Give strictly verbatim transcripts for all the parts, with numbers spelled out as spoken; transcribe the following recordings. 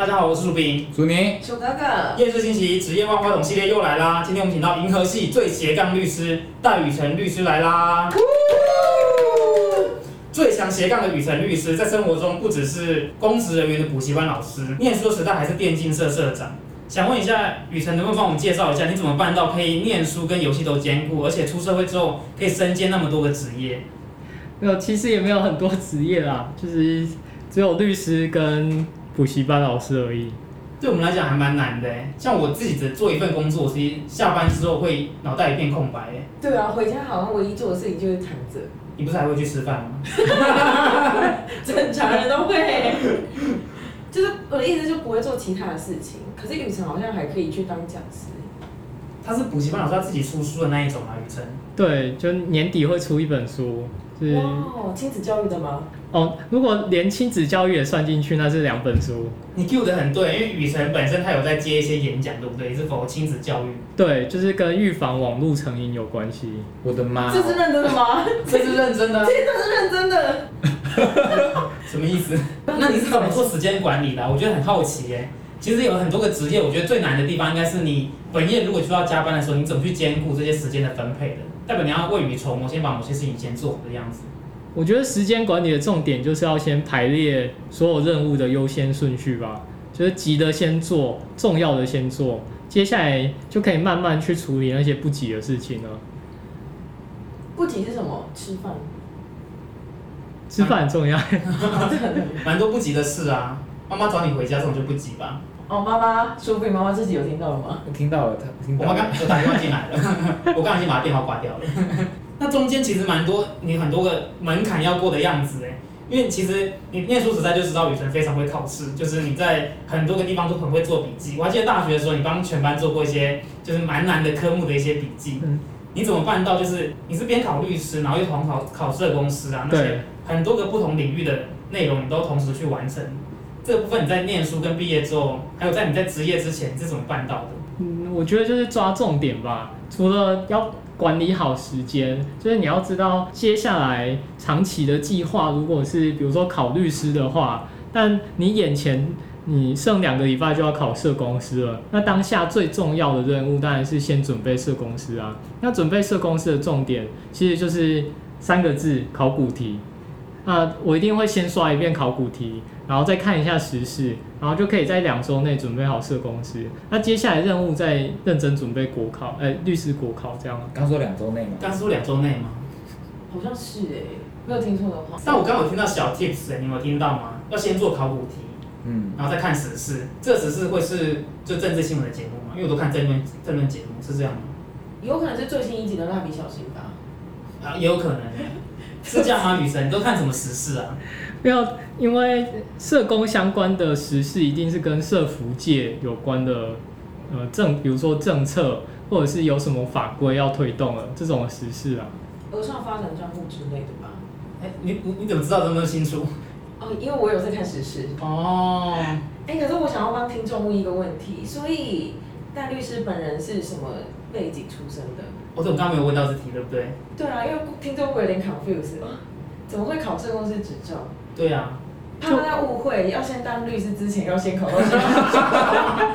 家好，我是薯饼、 薯泥、 鼠哥哥。 厌世星期职业万花筒系列又来啦！今天我们请到银河系最斜杠律师戴宇辰律师来啦。最强斜杠的宇辰律师，在生活中不只是公职人员的补习班老师，念书时代还是电竞社社长。想问一下，宇辰能不能帮我们介绍一下，你怎么办到可以念书跟游戏都兼顾，而且出社会之后可以身兼那么多个职业？ 没有，其实也没有很多职业啦，就是只有律师跟补习班老师而已。 对我们来讲还蛮难的，像我自己只做一份工作，其实下班之后会脑袋一片空白。 对啊，回家好像唯一做的事情就是躺着。 你不是还会去吃饭吗？ 正常人都会。就是我的意思，就不会做其他的事情。可是宇辰好像还可以去当讲师。 他是补习班老师，他自己出书的那一种啊，宇辰。 对，就年底会出一本书，是哇，亲子教育的吗？ 哦，如果连亲子教育也算进去，那是两本书。 你 Q 得很对，因为宇辰本身他有在接一些演讲，对不对？是否亲子教育？ 对，就是跟预防网络成瘾有关系。 我的妈！ 这是认真的吗？ 这是认真的、啊。 这是认真的。 什么意思？那你是怎么做时间管理的、啊？我觉得很好奇耶。其实有很多个职业，我觉得最难的地方应该是你本业如果需要加班的时候，你怎么去兼顾这些时间的分配的？代表你要未雨绸缪，先把某些事情先做好的样子。 我觉得时间管理的重点就是要先排列所有任务的优先顺序吧，就是急的先做，重要的先做，接下来就可以慢慢去处理那些不急的事情了。 不急是什么？吃饭。 吃饭很重要。 蛮多不急的事啊。妈妈找你回家这种就不急吧？ 哦，妈妈，薯饼妈妈自己有听到了吗？ 我听到了，听到了。 我妈刚有打电话进来了，我刚刚已经把电话挂掉了。那中间其实蛮多，你很多个门槛要过的样子哎，因为其实你念书时代就知道宇辰非常会考试，就是你在很多个地方都很会做笔记。我还记得大学的时候，你帮全班做过一些就是蛮难的科目的一些笔记。嗯，你怎么办到就是你是边考律师，然后又同考考社公司啊，那些很多个不同领域的内容你都同时去完成？这个部分你在念书跟毕业之后，还有在你在职业之前，你是怎么办到的？ 嗯，我觉得就是抓重点吧。除了要管理好时间，就是你要知道接下来长期的计划，如果是比如说考律师的话，但你眼前你剩两个礼拜就要考社公司了，那当下最重要的任务当然是先准备社公司啊。那准备社公司的重点其实就是三个字：考古题。那我一定会先刷一遍考古题，然后再看一下时事，然后就可以在两周内准备好社公司。那接下来任务再认真准备国考，哎、欸，律师国考这样。 刚说两周内吗？ 刚说两周内吗？ 好像是哎、欸，没有听错的话。 但我刚刚有听到小 tips 哎、欸，你有没有听到吗？要先做考古题，嗯，然后再看时事。这个时事会是就政治新闻的节目吗？因为我都看政论政论节目，是这样吗？ 有可能是最新一集的蜡笔小新吧。 啊，也有可能哎、欸。是这样吗？宇辰，你都看什么时事啊？ 没有，因为社工相关的时事一定是跟社福界有关的，呃，政，比如说政策，或者是有什么法规要推动了这种时事啊。 额上发展账户之类的吧？ 哎、欸，你你你怎么知道这么清楚？ 哦，因为我有在看时事。 哦。 哎、欸，可是我想要帮听众问一个问题，所以戴律师本人是什么背景出身的？ 我怎么刚刚没有问到这题，对不对？ 对啊，因为听众会有点 confused 吧？怎么会考社公司执照？ 对啊， 怕大家误会，要先当律师之前要先考到社公司执照。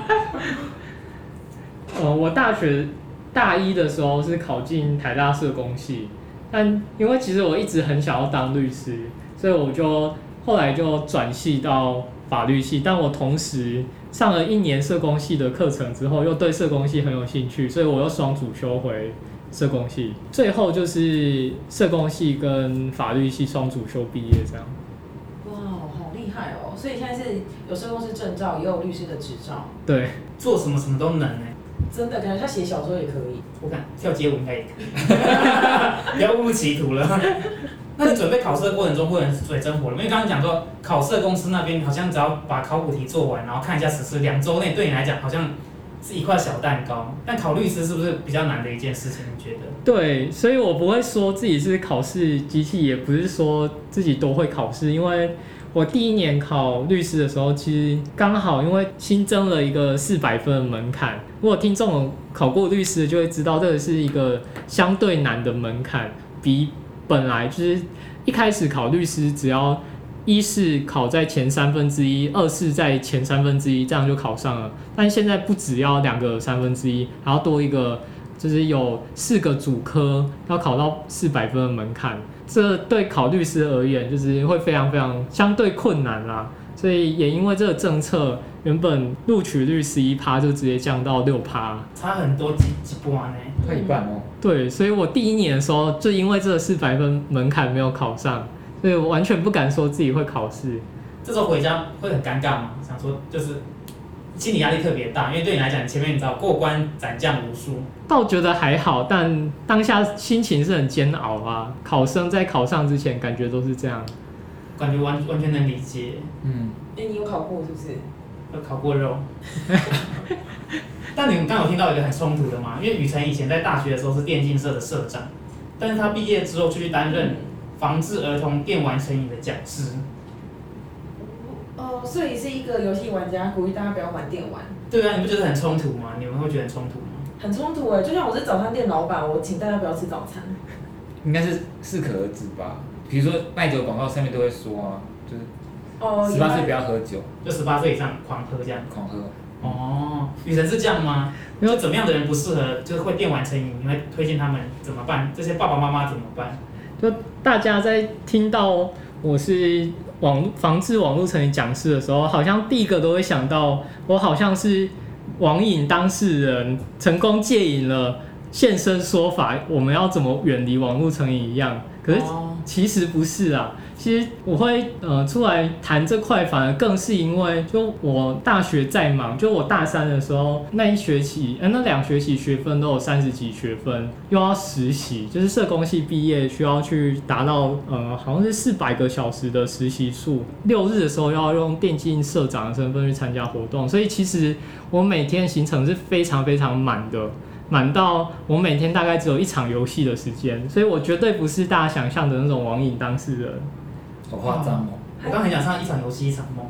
呃，我大学大一的时候是考进台大社工系，但因为其实我一直很想要当律师，所以我就后来就转系到法律系，但我同时上了一年社工系的课程之后，又对社工系很有兴趣，所以我又双主修回社工系，最后就是社工系跟法律系双主修毕业这样。 哇，好厉害哦！所以现在是有社工师证照，也有律师的执照。 对， 做什么什么都能哎、欸。 真的，感觉他写小说也可以。 我看跳街舞应该也可以，不要误入歧途了。那你准备考试的过程中会很水深火热，因为刚刚讲说考社公司那边好像只要把考古题做完，然后看一下时事，两周内对你来讲好像是一块小蛋糕。但考律师是不是比较难的一件事情？你觉得？ 对，所以我不会说自己是考试机器，也不是说自己多会考试，因为我第一年考律师的时候，其实刚好因为新增了一个四百分的门槛。如果听众考过律师的就会知道，这个是一个相对难的门槛，比本来就是一开始考律师只要一是考在前三分之一，二是在前三分之一，这样就考上了。但现在不只要两个三分之一，还要多一个，就是有四个主科要考到四百分的门槛。这对考律师而言，就是会非常非常相对困难啦。所以也因为这个政策，原本录取率十一趴就直接降到六趴， 差很多几几波呢。 快一半哦。 对，所以我第一年的时候，就因为这个四百分门槛没有考上，所以我完全不敢说自己会考试。 这时候回家会很尴尬吗？想说就是心理压力特别大，因为对你来讲，前面你知道过关斩将无数。 倒觉得还好，但当下心情是很煎熬啊。考生在考上之前，感觉都是这样。 感觉完完全能理解。 嗯。 哎、欸，你有考过是不是？ 有烤过肉。但你们刚有听到一个很冲突的嘛？因为雨辰以前在大学的时候是电竞社的社长，但是他毕业之后就去担任防治儿童电玩成瘾的讲师。 哦，所以是一个游戏玩家鼓励大家不要玩电玩。 对啊，你不觉得很冲突吗？你们会觉得很冲突吗？ 很冲突哎，就像我是早餐店老板，我请大家不要吃早餐。 应该是适可而止吧。比如说卖酒广告上面都会说啊，就是哦，十八岁不要喝酒， 就十八岁以上狂喝这样。 狂喝。 哦，雨辰是这样吗？就怎么样的人不适合，就是会电玩成瘾？你会推荐他们怎么办？这些爸爸妈妈怎么办？ 就大家在听到我是网防治网络成瘾讲师的时候，好像第一个都会想到我好像是网瘾当事人，成功戒瘾了，现身说法，我们要怎么远离网络成瘾一样。可是其实不是啊，其实我会呃出来谈这块，反而更是因为就我大学在忙，就我大三的时候那一学期，呃那两学期学分都有三十几学分，又要实习，就是社工系毕业需要去达到呃好像是四百个小时的实习数，六日的时候要用电竞社长的身份去参加活动，所以其实我每天行程是非常非常满的。满到我每天大概只有一场游戏的时间，所以我绝对不是大家想象的那种网瘾当事人。 好夸张哦！ 我刚很想唱一场游戏一场梦。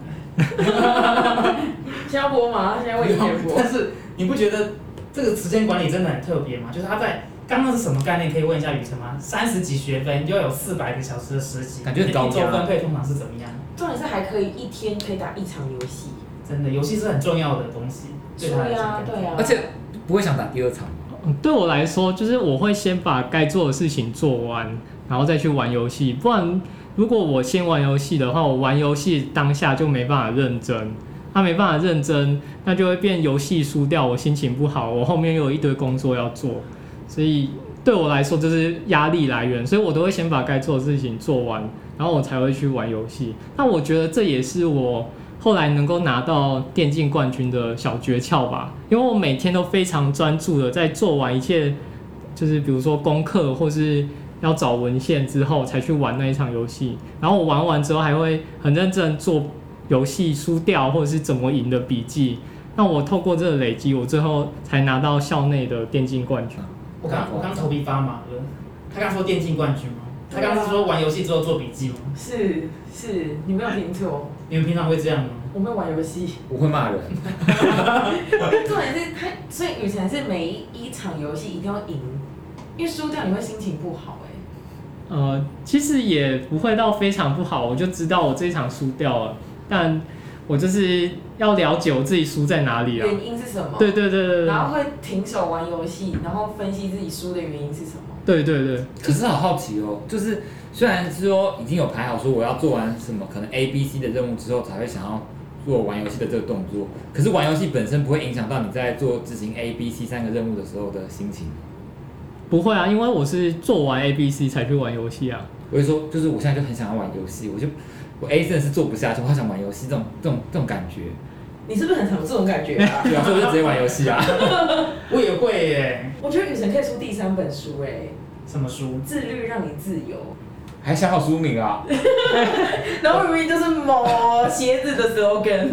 现在要播吗？现在为你播。 但是你不觉得这个时间管理真的很特别吗？就是他在刚刚是什么概念？可以问一下雨辰吗？三十几学分又有四百个小时的实习， 感觉很高压。 一周分配通常是怎么样？ 重点是还可以一天可以打一场游戏。 真的，游戏是很重要的东西，对他来讲。 对啊，对啊。 而且不会想打第二场吗？ 对我来说，就是我会先把该做的事情做完，然后再去玩游戏。不然，如果我先玩游戏的话，我玩游戏当下就没办法认真。他没办法认真，那就会变游戏输掉，我心情不好，我后面又有一堆工作要做，所以对我来说这是压力来源，所以我都会先把该做的事情做完，然后我才会去玩游戏。那我觉得这也是我后来能够拿到电竞冠军的小诀窍吧，因为我每天都非常专注的在做完一切，就是比如说功课或是要找文献之后才去玩那一场游戏，然后我玩完之后还会很认真做游戏输掉或者是怎么赢的笔记。那我透过这个累积，我最后才拿到校内的电竞冠军。 我刚我刚头皮发麻了，他刚说电竞冠军吗？他刚是说玩游戏之后做笔记吗？ 是是，你没有听错。 你们平常会这样吗？ 我没有玩游戏。 我会骂人。 重点是他，所以雨辰是每一场游戏一定要赢，因为输掉你会心情不好哎、欸。 呃，其实也不会到非常不好，我就知道我这一场输掉了，但我就是要了解我自己输在哪里啊。 原因是什么？ 对对对 对, 對。 然后会停手玩游戏，然后分析自己输的原因是什么？ 对对对。 可是好好奇哦，就是虽然说已经有排好说我要做完什么可能 A、B、C 的任务之后才会想要做玩游戏的这个动作，可是玩游戏本身不会影响到你在做执行 A、B、C 三个任务的时候的心情。 不会啊，因为我是做完 A、B、C 才去玩游戏啊。 我就说，就是我现在就很想要玩游戏，我就我 A 真的是做不下去，我好想玩游戏，这种这种这种感觉。 你是不是很常有这种感觉啊？ 对啊，所以我就直接玩游戏啊。 我也会耶。 我觉得雨辰可以出第三本书哎。 什么书？ 自律让你自由。 还想好书名啊？ 然后明明就是某鞋子的 slogan。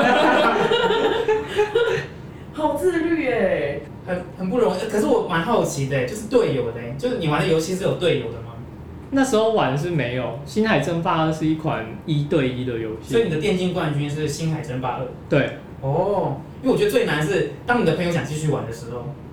好自律耶。 很很不容易，可是我蛮好奇的，就是队友的，就是你玩的游戏是有队友的吗？ 那时候玩是没有，《星海争霸二》是一款一对一的游戏。 所以你的电竞冠军是《星海争霸二》。 对。 哦，因为我觉得最难是当你的朋友想继续玩的时候，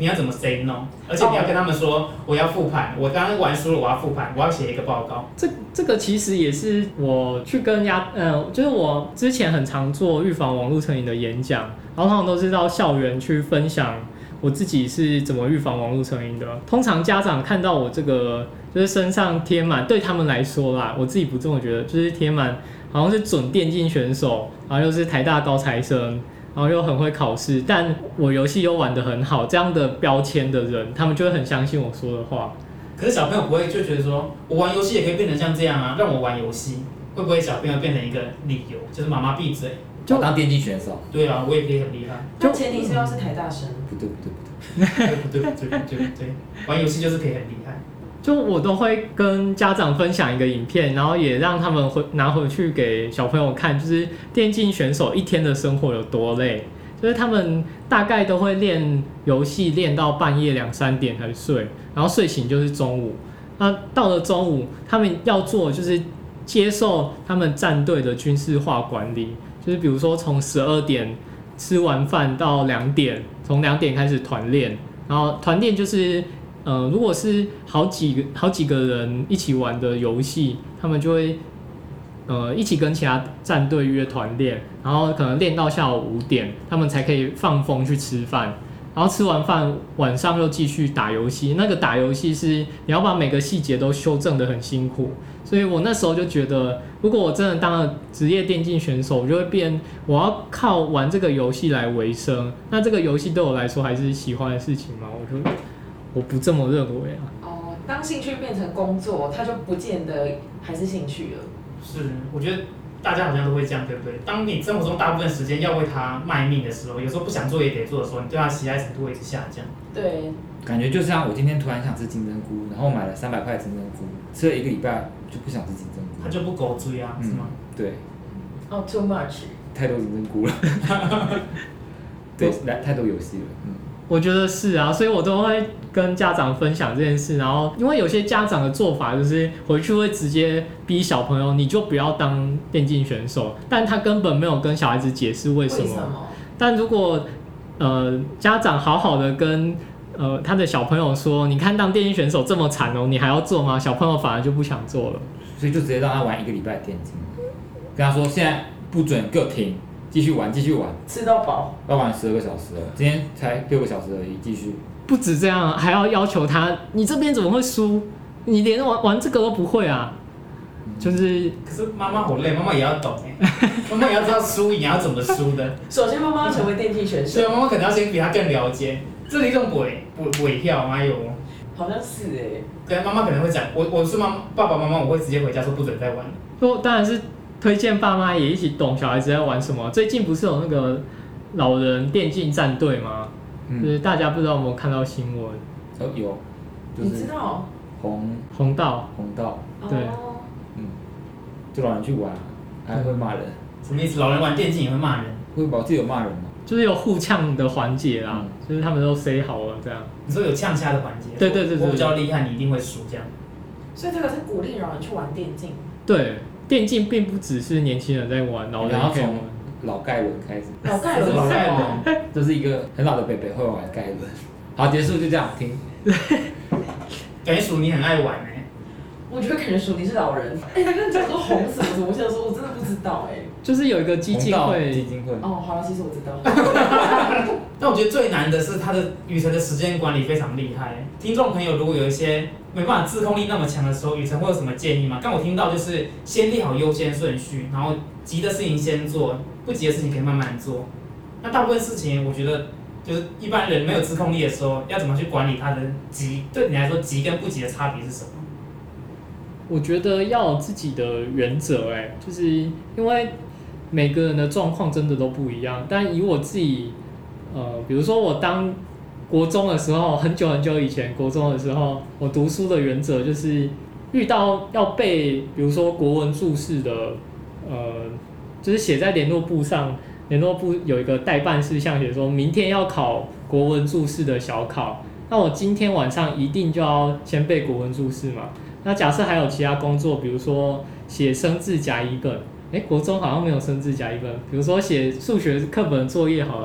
你要怎么 say no， 而且你要跟他们说我要复盘，我刚刚玩输了，我要复盘，我要写一个报告。 这这个其实也是我去跟压，呃，就是我之前很常做预防网络成瘾的演讲，然后通常都是到校园去分享我自己是怎么预防网络成瘾的。通常家长看到我这个就是身上贴满，对他们来说啦，我自己不这么觉得，就是贴满好像是准电竞选手，然后又是台大高材生，然后又很会考试，但我游戏又玩得很好，这样的标签的人，他们就会很相信我说的话。 可是小朋友不会就觉得说，我玩游戏也可以变成像这样啊，让我玩游戏，会不会小朋友变成一个理由，就是妈妈闭嘴？ 就当电竞选手。 对啊，我也可以很厉害。 但前提是要是台大生。 不对不对不对。 不对不对不对不对，玩游戏就是可以很厉害。 就我都会跟家长分享一个影片，然后也让他们回拿回去给小朋友看，就是电竞选手一天的生活有多累。就是他们大概都会练游戏练到半夜两三点才睡，然后睡醒就是中午。那到了中午，他们要做就是接受他们战队的军事化管理，就是比如说从十二点吃完饭到两点，从两点开始团练，然后团练就是。呃，如果是好几个好几个人一起玩的游戏，他们就会呃一起跟其他战队约团练，然后可能练到下午五点，他们才可以放风去吃饭，然后吃完饭晚上又继续打游戏。那个打游戏是你要把每个细节都修正得很辛苦，所以我那时候就觉得，如果我真的当了职业电竞选手，我就会变我要靠玩这个游戏来维生。那这个游戏对我来说还是喜欢的事情吗？我就。我不这么认为啊。 哦，当兴趣变成工作，它就不见得还是兴趣了。 是，我觉得大家好像都会这样，对不对？当你生活中大部分时间要为它卖命的时候，有时候不想做也得做的时候，你对它喜爱程度会一直下降。 对。 感觉就像我今天突然想吃金针菇，然后买了三百块的金针菇，吃了一个礼拜就不想吃金针菇。 它就不狗追啊， 嗯、 是吗？ 对。 哦、oh, ，too much。 太多金针菇了。对，来太多游戏了。嗯。 我觉得是啊，所以我都会跟家长分享这件事，然后因为有些家长的做法就是回去会直接逼小朋友，你就不要当电竞选手，但他根本没有跟小孩子解释为什么。 为什么？ 但如果呃家长好好的跟呃他的小朋友说，你看当电竞选手这么惨哦，你还要做吗？小朋友反而就不想做了， 所以就直接让他玩一个礼拜的电竞，跟他说现在不准给我停。继续玩，继续玩， 吃到饱。 要玩十二个小时了，今天才六个小时而已，继续。 不止这样，还要要求他，你这边怎么会输？你连玩玩这个都不会啊？嗯、就是。 可是妈妈好累，妈妈也要懂哎，妈妈也要知道输赢要怎么输的。 首先，妈妈要成为电竞选手。 对，妈妈可能要先比他更了解，这是一种伪伪伪票，哎呦。 好像是哎。 对，妈妈可能会讲，我我是妈爸爸妈妈，我会直接回家说不准再玩。 就当然是。推荐爸妈也一起懂小孩子在玩什么。最近不是有那个老人电竞战队吗？嗯、就是大家不知道有没有看到新闻？ 哦，有。 就是、你知道？ 红红道。 红道。 对。 哦、 嗯。就老人去玩，还会骂人。 什么意思？老人玩电竞也会骂人？ 会吧？这有骂人吗？ 就是有互呛的环节啦、嗯，就是他们都 say 好了这样。 你说有呛虾的环节？ 对对对对。 我比较厉害，你一定会输这样。 所以这个是鼓励老人去玩电竞。 对。电竞并不只是年轻人在玩，老人也可以玩。 老盖伦开始。 老盖伦， 老盖伦， 这是一个很老的伯伯会玩盖伦。好，结束就这样停。 感觉鼠你很爱玩哎、欸。 我觉得感觉鼠你是老人。哎、欸，他刚讲说红什么什么，我想说我真的不知道哎、欸。 就是有一个基金会。 基金会。 哦，好了，其实我知道。 但我觉得最难的是他的雨辰的时间管理非常厉害。听众朋友如果有一些没办法自控力那么强的时候，雨辰会有什么建议吗？刚我听到就是先列好优先顺序，然后急的事情先做，不急的事情可以慢慢做。那大部分事情我觉得就是一般人没有自控力的时候，要怎么去管理他的急？对你来说，急跟不急的差别是什么？ 我觉得要有自己的原则，哎，就是因为每个人的状况真的都不一样。但以我自己，呃，比如说我当国中的时候，很久很久以前，国中的时候，我读书的原则就是遇到要背，比如说国文注释的，呃，就是写在联络簿上，联络簿有一个代办事项，写说明天要考国文注释的小考，那我今天晚上一定就要先背国文注释嘛。那假设还有其他工作，比如说写生字甲乙本，哎，国中好像没有生字甲乙本，比如说写数学课本作业好了。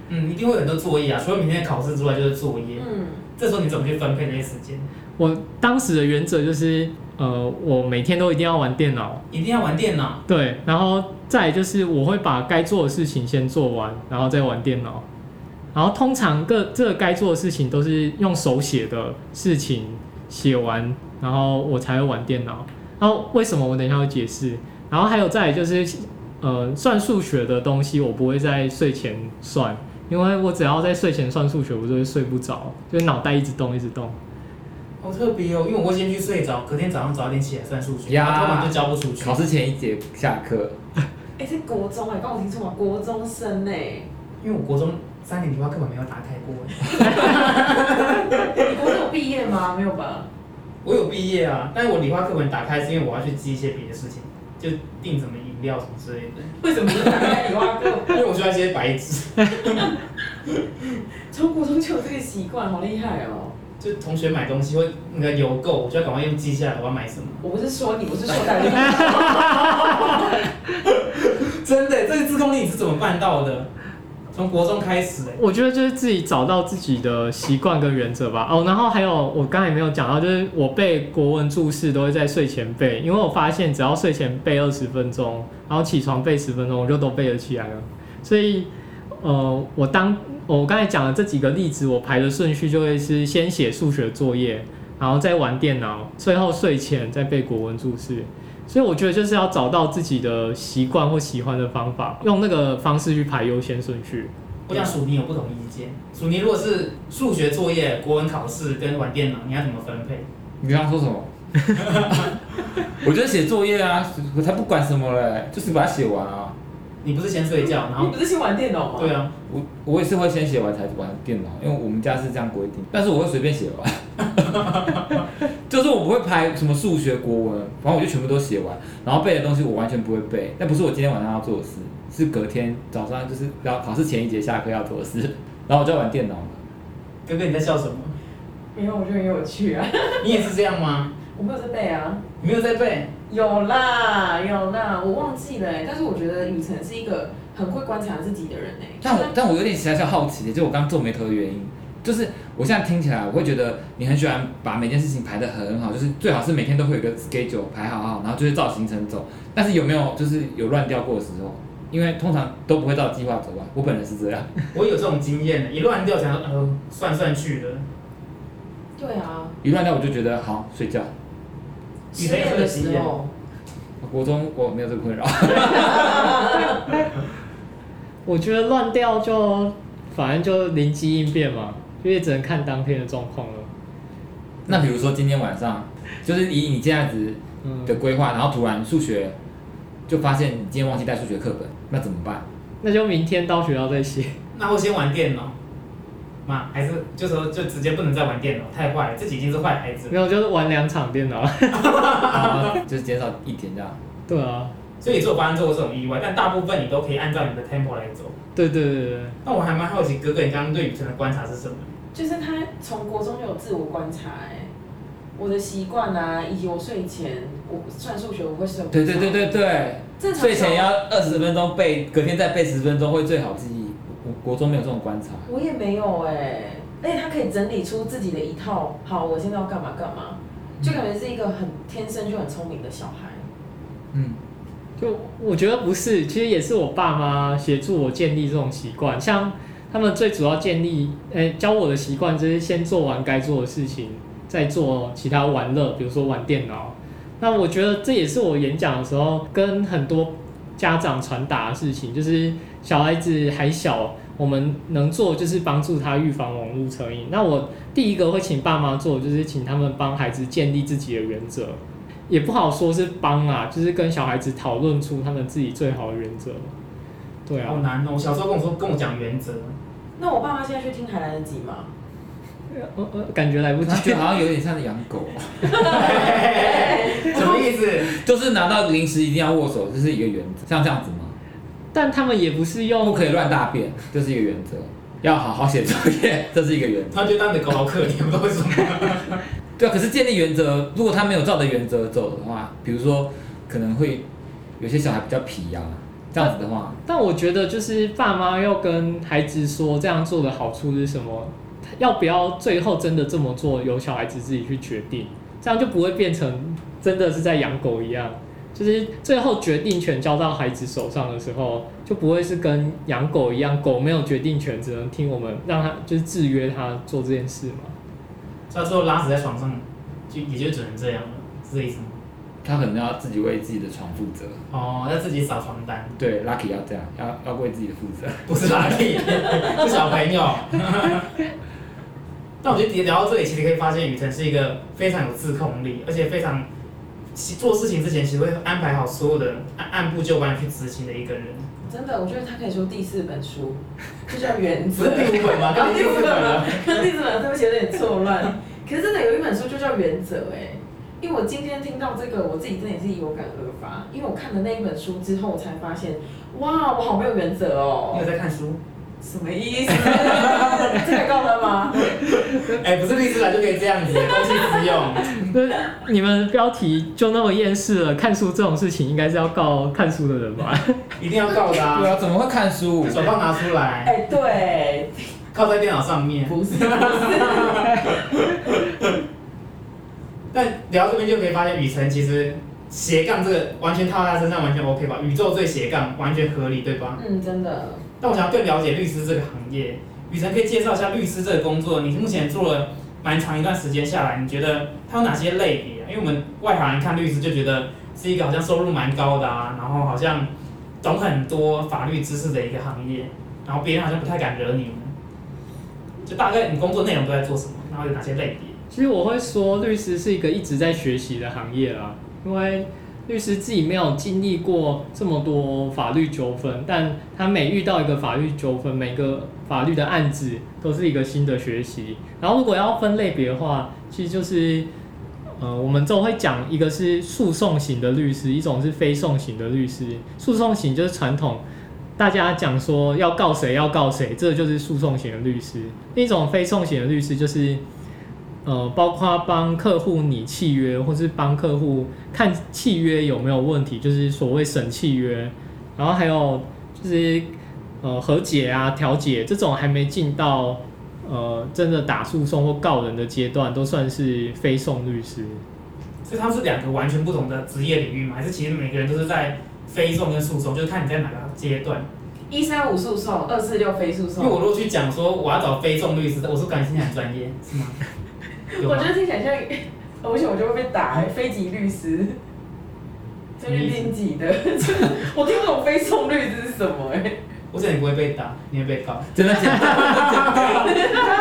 嗯，一定会有很多作业啊，除了明天的考试之外就是作业。 嗯， 这时候你怎么去分配那些时间？ 我当时的原则就是，呃，我每天都一定要玩电脑， 一定要玩电脑。 对，然后再来就是我会把该做的事情先做完，然后再玩电脑。然后通常各这个该做的事情都是用手写的事情写完，然后我才会玩电脑。然后为什么我等一下会解释。然后还有再来就是，呃，算数学的东西我不会在睡前算，因为我只要在睡前算数学，我就会睡不着，就是脑袋一直动一直动。 好特别哦，因为我会先去睡着，隔天早上早点起来算数学， 呀然后通常就交不出去。 考试前一节下课。 哎、欸，是国中哎、欸，刚我听错吗？国中生哎、欸。 因为我国中三年理化课本没有打开过。 你国中有毕业吗？没有吧？ 我有毕业啊，但是我理化课本打开是因为我要去记一些别的事情，就订什么饮料什么之类的。 为什么是打开理化课本？ 因为我需要一些白纸。 从国中就有这个习惯，好厉害哦！ 就同学买东西会那个邮购，我就要赶快用记下来我要买什么。 我不是说你，我是说大家。 真的，这个自控力你是怎么办到的？从国中开始、欸， 我觉得就是自己找到自己的习惯跟原则吧。哦，然后还有我刚才没有讲到，就是我背国文注释都会在睡前背，因为我发现只要睡前背二十分钟，然后起床背十分钟，我就都背得起来了。所以，呃，我当我刚才讲的这几个例子，我排的顺序就会是先写数学作业，然后再玩电脑，最后睡前再背国文注释。所以我觉得就是要找到自己的习惯或喜欢的方法，用那个方式去排优先顺序。 我想薯泥有不同意见。薯泥如果是数学作业、国文考试跟玩电脑，你要怎么分配？ 你刚刚说什么？我觉得写作业啊，我才不管什么嘞，就是把它写完啊。 你不是先睡觉，然后你不是先玩电脑吗？ 对啊， 我我也是会先写完才玩电脑，因为我们家是这样规定，但是我会随便写完。就是我不会排什么数学、国文，反正我就全部都写完，然后背的东西我完全不会背，那不是我今天晚上要做的事，是隔天早上就是要考试前一节下课要做的事，然后我就要玩电脑了。 哥哥你在笑什么？ 没有，我觉得很有趣啊。 你也是这样吗？ 我没有在背啊。 你没有在背？ 有啦有啦，我忘记了、欸、但是我觉得雨辰是一个很会观察自己的人哎、欸。 但我但我有点小小好奇的，就我刚皱眉头的原因。就是我现在听起来，我会觉得你很喜欢把每件事情排得很好，就是最好是每天都会有一个 schedule 排好好，然后就是照行程走。但是有没有就是有乱掉过的时候？因为通常都不会照计划走完，我本人是这样。 我有这种经验，一乱掉想说呃算算去的。 对啊。 一乱掉我就觉得好睡觉。 失恋的时候。 国中我没有这个困扰。 我觉得乱掉就反正就灵机应变嘛。因为只能看当天的状况了。 那比如说今天晚上，就是以你这样子的规划，然后突然数学就发现你今天忘记带数学课本，那怎么办？ 那就明天到学校再写。 那我先玩电脑，妈还是就说就直接不能再玩电脑，太坏了，自己已经是坏孩子了。 没有，就是玩两场电脑。 就是减少一天这样。 对啊。 所以你只有发生过这种意外，但大部分你都可以按照你的 tempo 来走。 对对对对。 那我还蛮好奇，哥哥，你刚刚对雨辰的观察是什么？ 就是他从国中就有自我观察、欸，哎，我的习惯啊，以及我睡前我算数学我会睡不着。 对对对对对。睡前要二十分钟背，隔天再背十分钟会最好记忆。我国中没有这种观察。 我也没有哎、欸，而且他可以整理出自己的一套，好，我现在要干嘛干嘛，就感觉是一个很天生就很聪明的小孩。 嗯。 就我觉得不是，其实也是我爸妈协助我建立这种习惯。像他们最主要建立，诶、欸，教我的习惯就是先做完该做的事情，再做其他玩乐，比如说玩电脑。那我觉得这也是我演讲的时候跟很多家长传达的事情，就是小孩子还小，我们能做就是帮助他预防网络成瘾。那我第一个会请爸妈做，就是请他们帮孩子建立自己的原则。也不好说是帮啊，就是跟小孩子讨论出他们自己最好的原则。对啊。 好难哦！我小时候跟我说跟我讲原则。 那我爸妈现在去听还来得及吗？ 呃呃，感觉来不及。 他觉得好像有点像养狗。 什么意思？ 就是拿到零食一定要握手，这是一个原则，像这样子吗？ 但他们也不是用。 不可以乱大便，这是一个原则。要好好写作业，这是一个原则。 他觉得当你的狗好可怜，不知道为什么。 对啊，可是建立原则，如果他没有照着原则走的话，比如说可能会有些小孩比较皮啊， 这样子的话， 但我觉得就是爸妈要跟孩子说这样做的好处是什么，要不要最后真的这么做，由小孩子自己去决定，这样就不会变成真的是在养狗一样，就是最后决定权交到孩子手上的时候，就不会是跟养狗一样，狗没有决定权，只能听我们让他就是制约他做这件事嘛。 到时候拉死在床上，就也就只能这样了，是这意思吗？ 他可能要自己为自己的床负责。 哦，要自己扫床单。 对 ，Lucky 要这样，要要为自己的负责。 不是 Lucky， 是小朋友。但我觉得聊到这里，其实可以发现雨辰是一个非常有自控力，而且非常做事情之前其实会安排好所有的按按部就班去执行的一个人。 真的，我觉得他可以出第四本书，就叫《原则》。 不是第五本吗？ 刚第五本了， 刚第四本，对不起，有点错乱。可是真的有一本书就叫《原则》哎，因为我今天听到这个，我自己真的也是有感而发，因为我看了那一本书之后，我才发现，哇，我好没有原则哦。 你有在看书？ 什么意思？这可以告他吗？ 哎、欸，不是律师来就可以这样子，公器私用。 你们标题就那么厌世了，看书这种事情应该是要告看书的人吧？ 一定要告的啊！ 对啊，怎么会看书？ 手套拿出来。 哎、欸，对， 靠在电脑上面。 不是，不是。 但聊到这边就可以发现，雨辰其实斜杠这个完全套在他身上完全 OK 吧？宇宙最斜杠完全合理，对吧？ 嗯，真的。 但我想要更了解律师这个行业，雨辰可以介绍一下律师这个工作。你目前做了蛮长一段时间下来，你觉得它有哪些类别、啊？因为我们外行人看律师就觉得是一个好像收入蛮高的啊，然后好像懂很多法律知识的一个行业，然后别人好像不太敢惹你们。就大概你工作内容都在做什么，然后有哪些类别？ 其实我会说，律师是一个一直在学习的行业啦，因为律师自己没有经历过这么多法律纠纷，但他每遇到一个法律纠纷，每个法律的案子都是一个新的学习。然后如果要分类别的话，其实就是，呃，我们都会讲一个是诉讼型的律师，一种是非讼型的律师。诉讼型就是传统大家讲说要告谁要告谁，这就是诉讼型的律师。另一种非讼型的律师就是。呃，包括帮客户拟契约，或是帮客户看契约有没有问题，就是所谓审契约。然后还有就是呃和解啊、调解这种还没进到呃真的打诉讼或告人的阶段，都算是非讼律师。 所以他们是两个完全不同的职业领域吗？还是其实每个人都是在非讼跟诉讼，就是看你在哪个阶段？ 一三五诉讼，二四六非诉讼。 因为我如果去讲说我要找非讼律师，我是感觉听起来很专业，是吗？ 我觉得听起来像，而且我就会被打、欸，非籍律师，菲律宾籍的，我听不懂非讼律师是什么哎、欸。 我觉得你不会被打，你会被告。 真的假的？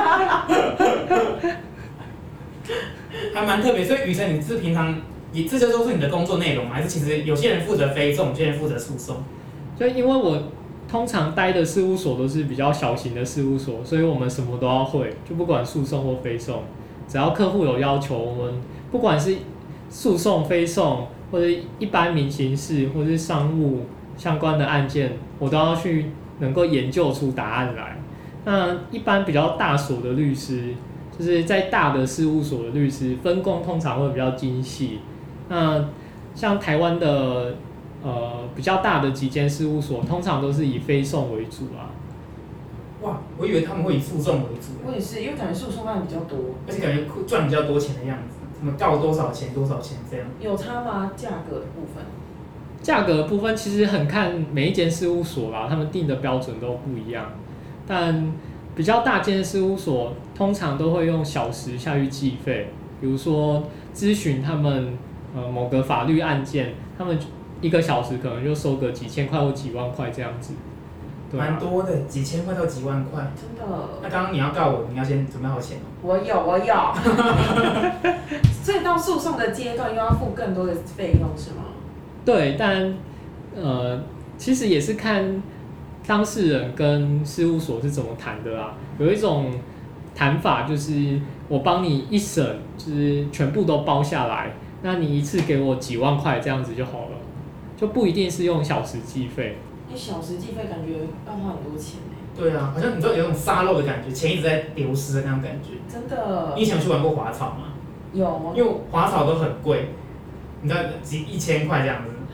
还蛮特别，所以雨辰，你是平常你这些都是你的工作内容吗？还是其实有些人负责非讼，有些人负责诉讼？ 就因为我通常待的事务所都是比较小型的事务所，所以我们什么都要会，就不管诉讼或非讼。只要客户有要求，我们不管是诉讼、非讼，或者一般民刑事，或者是商务相关的案件，我都要去能够研究出答案来。那一般比较大所的律师，就是在大的事务所的律师，分工通常会比较精细。那像台湾的呃比较大的几间事务所，通常都是以非讼为主啊。 哇，我以为他们会以诉讼为主。 我也是，因为感觉诉讼案比较多， 而且感觉赚比较多钱的样子，他们告多少钱多少钱这样。 有差吗？价格的部分？ 价格的部分其实很看每一间事务所啦，他们定的标准都不一样。但比较大间的事务所通常都会用小时下去计费，比如说咨询他们呃某个法律案件，他们一个小时可能就收个几千块或几万块这样子。 蛮、啊、多的，几千块到几万块。 真的。 那刚刚你要告我，你要先准备好钱哦。 我有，我有。所以到诉讼的阶段又要付更多的费用是吗？ 对，但呃，其实也是看当事人跟事务所是怎么谈的啦。有一种谈法就是我帮你一审，就是全部都包下来，那你一次给我几万块这样子就好了，就不一定是用小时计费。 因为小时计费感觉要花很多钱哎。 对啊，好像你知道有种沙漏的感觉，钱一直在流失的那种感觉。 真的。 你以前有去玩过滑草吗？ 有。 因为滑草都很贵，你知道几一千块这样子，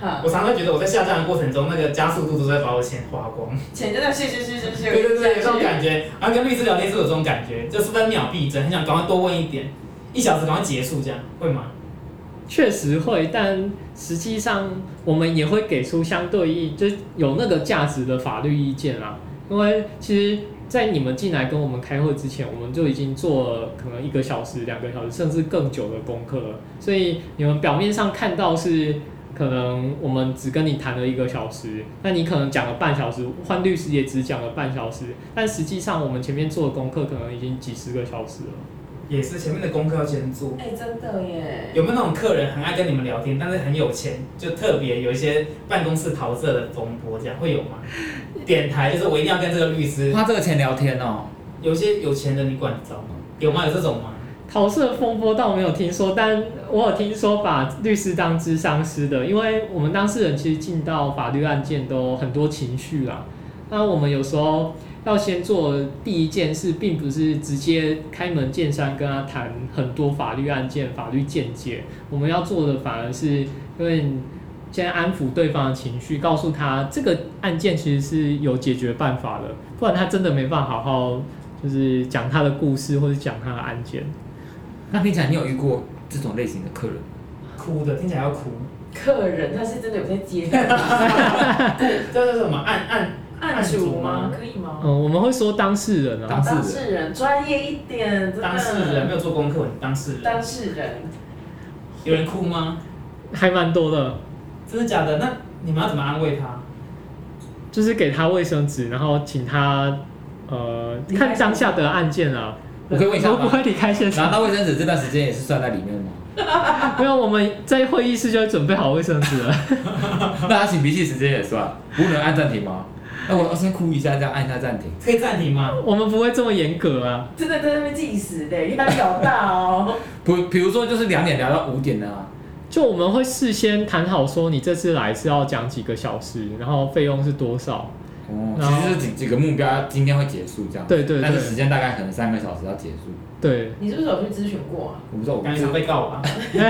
我常常会觉得我在下降的过程中，那个加速度都在把我钱花光。 钱就在咻咻咻咻咻。 对对对，有这种感觉。然后跟律师聊天是有这种感觉，就是分秒必争，很想赶快多问一点，一小时赶快结束，这样会吗？ 确实会，但实际上我们也会给出相对应，就是有那个价值的法律意见啦。因为其实，在你们进来跟我们开会之前，我们就已经做了可能一个小时、两个小时，甚至更久的功课了。所以你们表面上看到是可能我们只跟你谈了一个小时，那你可能讲了半小时，换律师也只讲了半小时，但实际上我们前面做的功课可能已经几十个小时了。 也是前面的功课要先做。 哎、欸，真的耶！ 有没有那种客人很爱跟你们聊天，但是很有钱，就特别有一些办公室桃色的风波，这样会有吗？点台就是我一定要跟这个律师花这个钱聊天哦。 有些有钱人你管得着吗？有吗？有这种吗？ 桃色风波倒没有听说，但我有听说把律师当諮商師的，因为我们当事人其实进到法律案件都很多情绪啦。那我们有时候要先做第一件事，并不是直接开门见山跟他谈很多法律案件、法律见解，我们要做的反而是因为先安抚对方的情绪，告诉他这个案件其实是有解决办法的，不然他真的没办法好好就是讲他的故事或者讲他的案件。 那听起来你有遇过这种类型的客人？ 哭的，听起来要哭。 客人他是真的有在接， 这是什么案案案主吗？可以吗？ 嗯，我们会说当事人啊， 当当事人专业一点，真的。 当事人没有做功课，当事人。 当事人， 有人哭吗？ 还蛮多的。 真的假的？那你们要怎么安慰他？ 就是给他卫生纸，然后请他呃看当下的案件啊。 我可以问一下吗？ 我不会离开现场。 拿到卫生纸这段时间也是算在里面吗？ 没有，我们在会议室就会准备好卫生纸了。 那他擤鼻涕时间也算，不能按暂停吗？那我要先哭一下，这样按一下暂停。 可以暂停吗？ 我们不会这么严格啊。 真的在那边计时的，压力好大哦。 比比如说就是两点聊到五点的啊。 就我们会事先谈好说，你这次来是要讲几个小时，然后费用是多少。 哦，其实是几几个目标，今天会结束这样。 对对对。 但是时间大概可能三个小时要结束。 对。 你是不是有去咨询过啊？ 我不知道，我感觉常被告吧。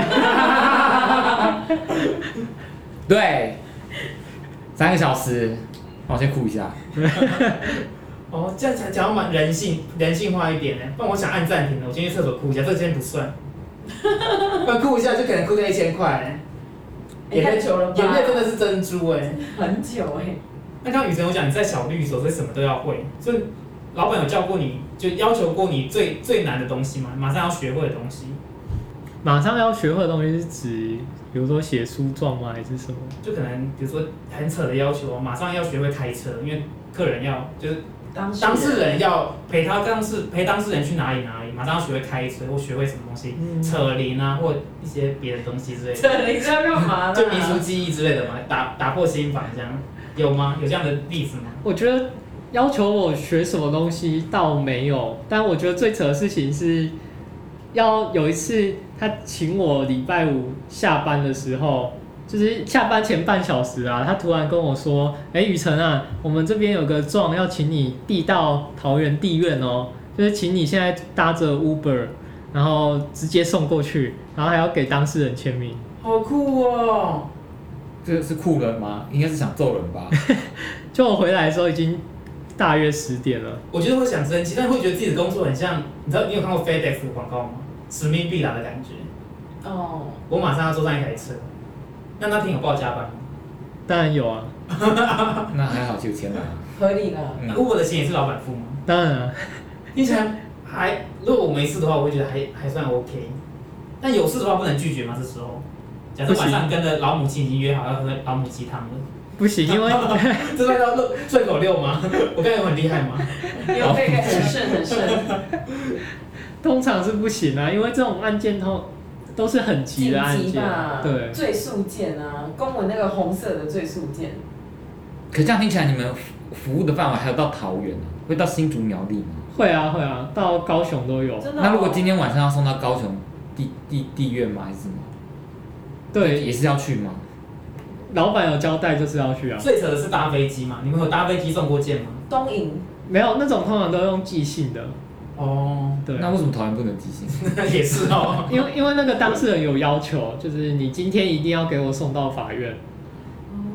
对，三个小时，我先哭一下。 哦，这样才讲到蛮人性人性化一点呢。不然我想按暂停了，我进去厕所哭一下，这个先不算。不然哭一下就可能哭掉一千块。 也太久了吧？ 眼泪真的是珍珠哎。 很久哎。 那刚刚雨辰有讲你在小律所，所以什么都要会。所以老板有教过你，就要求过你最最难的东西吗？马上要学会的东西？ 马上要学会的东西是指，比如说写诉状吗，还是什么？ 就可能比如说很扯的要求，马上要学会开车，因为客人要就是当事人要陪他当事陪当事人去哪里哪里，马上要学会开车或学会什么东西，嗯、扯铃啊或一些别的东西之类的。 扯铃是要干嘛的？ 就民俗记忆之类的嘛，打打破心防这样。有吗？有这样的例子吗？ 我觉得要求我学什么东西倒没有，但我觉得最扯的事情是，要有一次他请我礼拜五下班的时候，就是下班前半小时啊，他突然跟我说：“哎、欸，雨辰啊，我们这边有个状要请你递到桃园地院哦，就是请你现在搭着 Uber， 然后直接送过去，然后还要给当事人签名。” 好酷哦！ 这是酷人吗？应该是想揍人吧。 就我回来的时候已经大约十点了。 我觉得会想生气，但会觉得自己的工作很像，你知道你有看过 FedEx 的广告吗？使命必达的感觉。哦。我马上要坐上一台车。那那天有报加班吗？ 当然有啊。 那还好就签了。 合理了。 那 Uber 的钱也是老板付吗？ 当然啊。 听起来还，如果我没事的话，我会觉得还还算 OK。但有事的话不能拒绝吗？这时候？假设晚上跟着老母亲已经约好要喝老母鸡汤了， 不行，因为这算叫顺口溜吗？我刚才有很厉害吗？ 有可以很顺很顺。 通常是不行啊，因为这种案件通都是很急的案件，对， 最速件啊，公文那个红色的最速件。 可这样听起来，你们服务的范围还有到桃园啊？会到新竹苗栗吗？ 会啊会啊，到高雄都有。 真的、哦？ 那如果今天晚上要送到高雄地地地院吗？还是什么？ 对， 也是要去吗？ 老板有交代就是要去啊。 最扯的是搭飞机嘛？你们有搭飞机送过件吗？ 东营没有，那种通常都用寄信的。 哦， 对。 那为什么桃园不能寄信？ 也是哦。 因为因为那个当事人有要求，就是你今天一定要给我送到法院。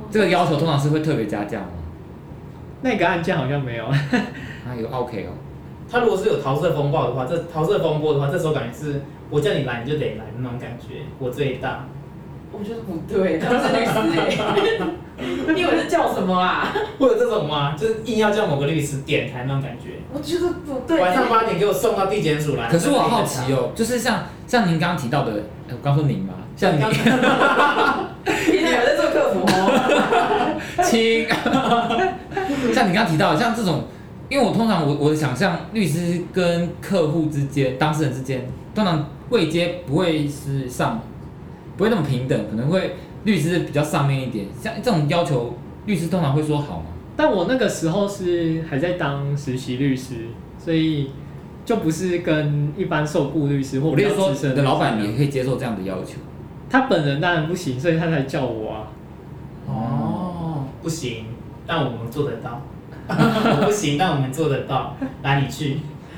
这个要求通常是会特别加价吗？ 那个案件好像没有。 啊，有 OK 哦。 他如果是有桃色风暴的话，这桃色风波的话，这时候感觉是我叫你来你就得来的那种感觉，我最大。 我觉得不对，他是律师哎，你以为是叫什么啊？ 会有这种吗？就是硬要叫某个律师点台那种感觉。 我觉得不对。 晚上八点给我送到地检署来。 可是我好奇哦，就是像像您刚刚提到的，我刚说您嘛，像您， 平常有在做客服哦。 亲，像你刚刚提到的，像这种，因为我通常我我的想象，律师跟客户之间、当事人之间，通常位阶不会是上。不会那么平等，可能会律师比较上面一点。像这种要求，律师通常会说好吗？ 但我那个时候是还在当实习律师，所以就不是跟一般受雇律师或比较资深的。 你的老板也可以接受这样的要求？ 他本人当然不行，所以他才叫我啊。 哦，不行，但我们做得到。我不行，但我们做得到。来，你去。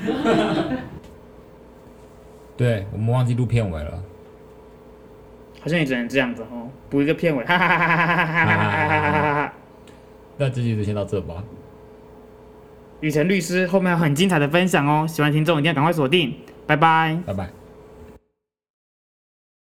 对，我们忘记录片尾了。 好像也只能这样子哦，补一个片尾，哈哈哈哈哈哈哈哈哈哈。 那这集就先到这吧。 雨辰律师后面有很精彩的分享哦，喜欢听众一定要赶快锁定，拜拜， 拜拜。